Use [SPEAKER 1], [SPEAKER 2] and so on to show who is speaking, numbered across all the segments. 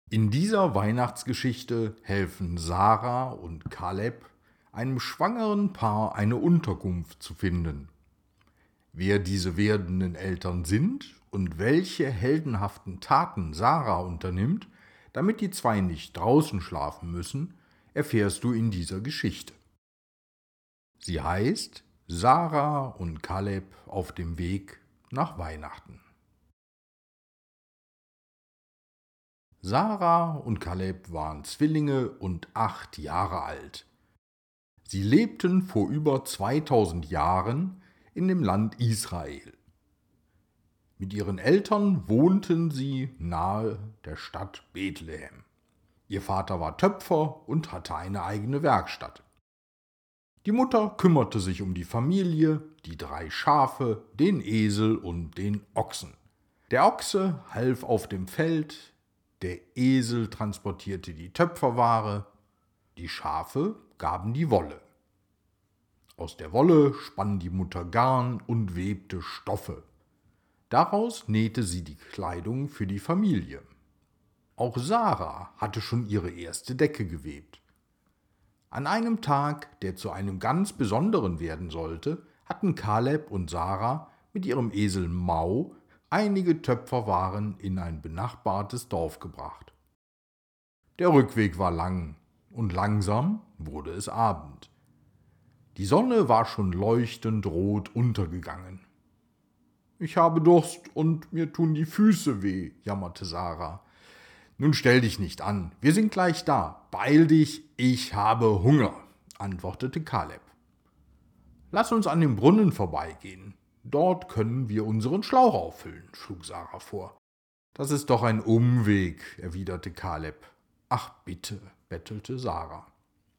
[SPEAKER 1] In dieser Weihnachtsgeschichte helfen Sarah und Kaleb einem schwangeren Paar eine Unterkunft zu finden. Wer diese werdenden Eltern sind und welche heldenhaften Taten Sarah unternimmt, damit die zwei nicht draußen schlafen müssen, erfährst du in dieser Geschichte. Sie heißt Sarah und Kaleb auf dem Weg nach Weihnachten. Sarah und Kaleb waren Zwillinge und 8 Jahre alt. Sie lebten vor über 2000 Jahren in dem Land Israel. Mit ihren Eltern wohnten sie nahe der Stadt Bethlehem. Ihr Vater war Töpfer und hatte eine eigene Werkstatt. Die Mutter kümmerte sich um die Familie, die 3 Schafe, den Esel und den Ochsen. Der Ochse half auf dem Feld, der Esel transportierte die Töpferware, die Schafe gaben die Wolle. Aus der Wolle spann die Mutter Garn und webte Stoffe. Daraus nähte sie die Kleidung für die Familie. Auch Sarah hatte schon ihre erste Decke gewebt. An einem Tag, der zu einem ganz besonderen werden sollte, hatten Kaleb und Sarah mit ihrem Esel Mau einige Töpferwaren in ein benachbartes Dorf gebracht. Der Rückweg war lang und langsam wurde es Abend. Die Sonne war schon leuchtend rot untergegangen. »Ich habe Durst und mir tun die Füße weh«, jammerte Sarah. »Nun stell dich nicht an, wir sind gleich da. Beeil dich, ich habe Hunger«, antwortete Kaleb. »Lass uns an dem Brunnen vorbeigehen. Dort können wir unseren Schlauch auffüllen«, schlug Sarah vor. »Das ist doch ein Umweg«, erwiderte Kaleb. »Ach bitte«, bettelte Sarah.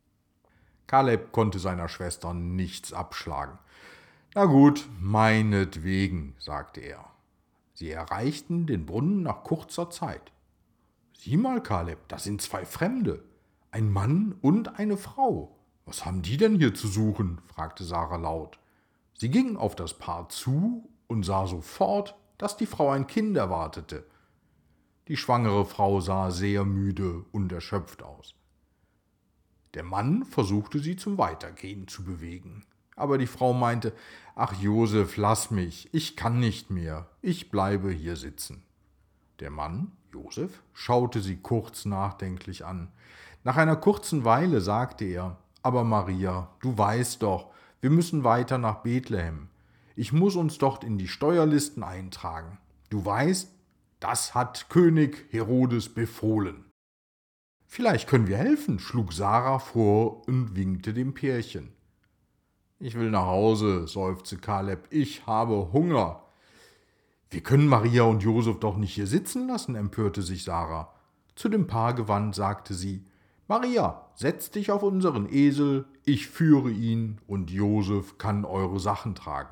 [SPEAKER 1] Kaleb konnte seiner Schwester nichts abschlagen. »Na gut, meinetwegen«, sagte er. Sie erreichten den Brunnen nach kurzer Zeit. »Sieh mal, Kaleb, das sind 2 Fremde, ein Mann und eine Frau. Was haben die denn hier zu suchen?«, fragte Sarah laut. Sie ging auf das Paar zu und sah sofort, dass die Frau ein Kind erwartete. Die schwangere Frau sah sehr müde und erschöpft aus. Der Mann versuchte sie zum Weitergehen zu bewegen. Aber die Frau meinte, »Ach Josef, lass mich, ich kann nicht mehr, ich bleibe hier sitzen.« Der Mann, Josef, schaute sie kurz nachdenklich an. Nach einer kurzen Weile sagte er, »Aber Maria, du weißt doch, wir müssen weiter nach Bethlehem. Ich muss uns dort in die Steuerlisten eintragen. Du weißt, das hat König Herodes befohlen.« »Vielleicht können wir helfen«, schlug Sarah vor und winkte dem Pärchen. »Ich will nach Hause«, seufzte Kaleb, »ich habe Hunger.« »Wir können Maria und Josef doch nicht hier sitzen lassen«, empörte sich Sarah. Zu dem Paar gewandt sagte sie, »Maria, setz dich auf unseren Esel, ich führe ihn und Josef kann eure Sachen tragen.«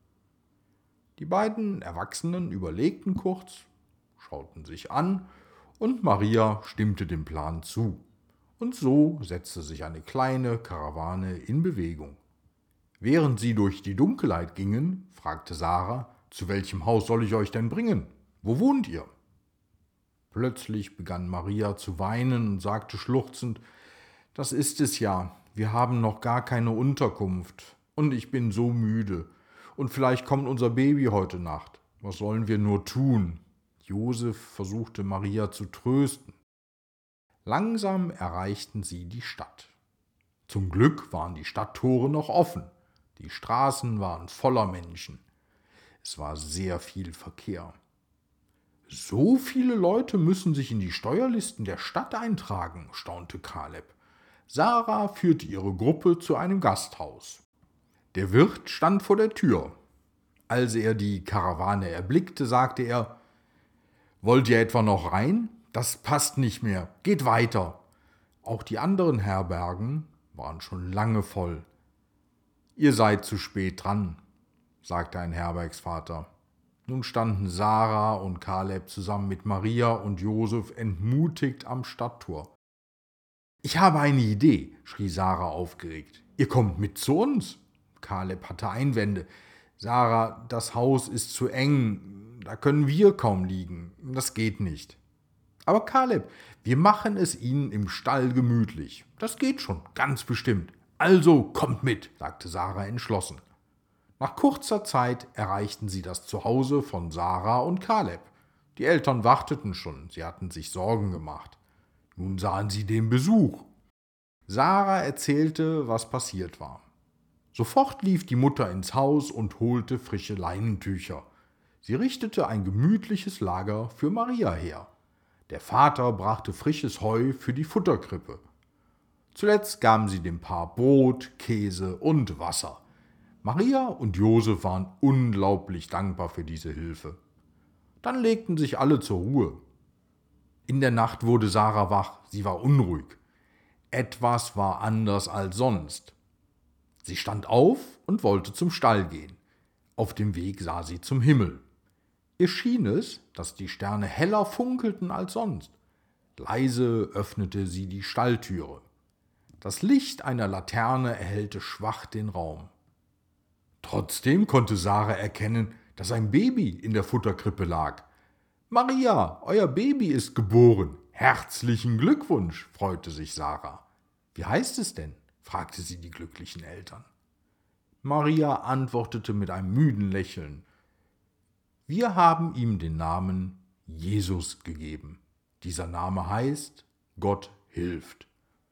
[SPEAKER 1] Die beiden Erwachsenen überlegten kurz, schauten sich an und Maria stimmte dem Plan zu. Und so setzte sich eine kleine Karawane in Bewegung. Während sie durch die Dunkelheit gingen, fragte Sarah, »Zu welchem Haus soll ich euch denn bringen? Wo wohnt ihr?« Plötzlich begann Maria zu weinen und sagte schluchzend, »Das ist es ja, wir haben noch gar keine Unterkunft und ich bin so müde und vielleicht kommt unser Baby heute Nacht. Was sollen wir nur tun?« Josef versuchte Maria zu trösten. Langsam erreichten sie die Stadt. Zum Glück waren die Stadttore noch offen. Die Straßen waren voller Menschen. Es war sehr viel Verkehr. »So viele Leute müssen sich in die Steuerlisten der Stadt eintragen«, staunte Kaleb. Sarah führte ihre Gruppe zu einem Gasthaus. Der Wirt stand vor der Tür. Als er die Karawane erblickte, sagte er, »Wollt ihr etwa noch rein? Das passt nicht mehr. Geht weiter.« Auch die anderen Herbergen waren schon lange voll. »Ihr seid zu spät dran«, sagte ein Herbergsvater. Nun standen Sarah und Kaleb zusammen mit Maria und Josef entmutigt am Stadttor. »Ich habe eine Idee«, schrie Sarah aufgeregt. »Ihr kommt mit zu uns.« Kaleb hatte Einwände. »Sarah, das Haus ist zu eng, da können wir kaum liegen. Das geht nicht.« Aber Kaleb, wir machen es ihnen im Stall gemütlich. Das geht schon, ganz bestimmt. Also kommt mit, sagte Sarah entschlossen. Nach kurzer Zeit erreichten sie das Zuhause von Sarah und Kaleb. Die Eltern warteten schon, sie hatten sich Sorgen gemacht. Nun sahen sie den Besuch. Sarah erzählte, was passiert war. Sofort lief die Mutter ins Haus und holte frische Leinentücher. Sie richtete ein gemütliches Lager für Maria her. Der Vater brachte frisches Heu für die Futterkrippe. Zuletzt gaben sie dem Paar Brot, Käse und Wasser. Maria und Josef waren unglaublich dankbar für diese Hilfe. Dann legten sich alle zur Ruhe. In der Nacht wurde Sarah wach, sie war unruhig. Etwas war anders als sonst. Sie stand auf und wollte zum Stall gehen. Auf dem Weg sah sie zum Himmel. Ihr schien es, dass die Sterne heller funkelten als sonst. Leise öffnete sie die Stalltüre. Das Licht einer Laterne erhellte schwach den Raum. Trotzdem konnte Sarah erkennen, dass ein Baby in der Futterkrippe lag. »Maria, euer Baby ist geboren. Herzlichen Glückwunsch«, freute sich Sarah. »Wie heißt es denn?« fragte sie die glücklichen Eltern. Maria antwortete mit einem müden Lächeln: »Wir haben ihm den Namen Jesus gegeben. Dieser Name heißt, Gott hilft.«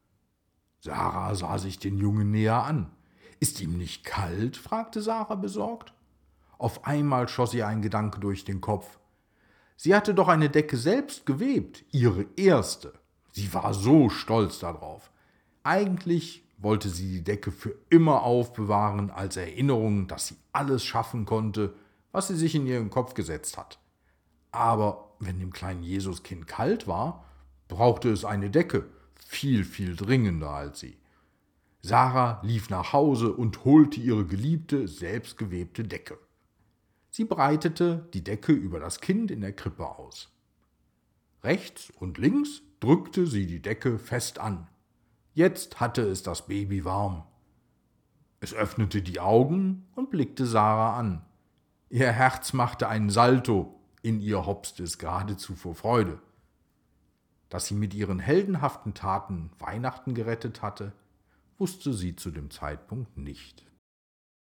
[SPEAKER 1] Sarah sah sich den Jungen näher an. »Ist ihm nicht kalt?« fragte Sarah besorgt. Auf einmal schoss ihr ein Gedanke durch den Kopf. Sie hatte doch eine Decke selbst gewebt, ihre erste. Sie war so stolz darauf. Eigentlich wollte sie die Decke für immer aufbewahren als Erinnerung, dass sie alles schaffen konnte, was sie sich in ihren Kopf gesetzt hat. Aber wenn dem kleinen Jesuskind kalt war, brauchte es eine Decke, viel, viel dringender als sie. Sarah lief nach Hause und holte ihre geliebte, selbstgewebte Decke. Sie breitete die Decke über das Kind in der Krippe aus. Rechts und links drückte sie die Decke fest an. Jetzt hatte es das Baby warm. Es öffnete die Augen und blickte Sarah an. Ihr Herz machte einen Salto, in ihr hopste es geradezu vor Freude. Dass sie mit ihren heldenhaften Taten Weihnachten gerettet hatte, wusste sie zu dem Zeitpunkt nicht.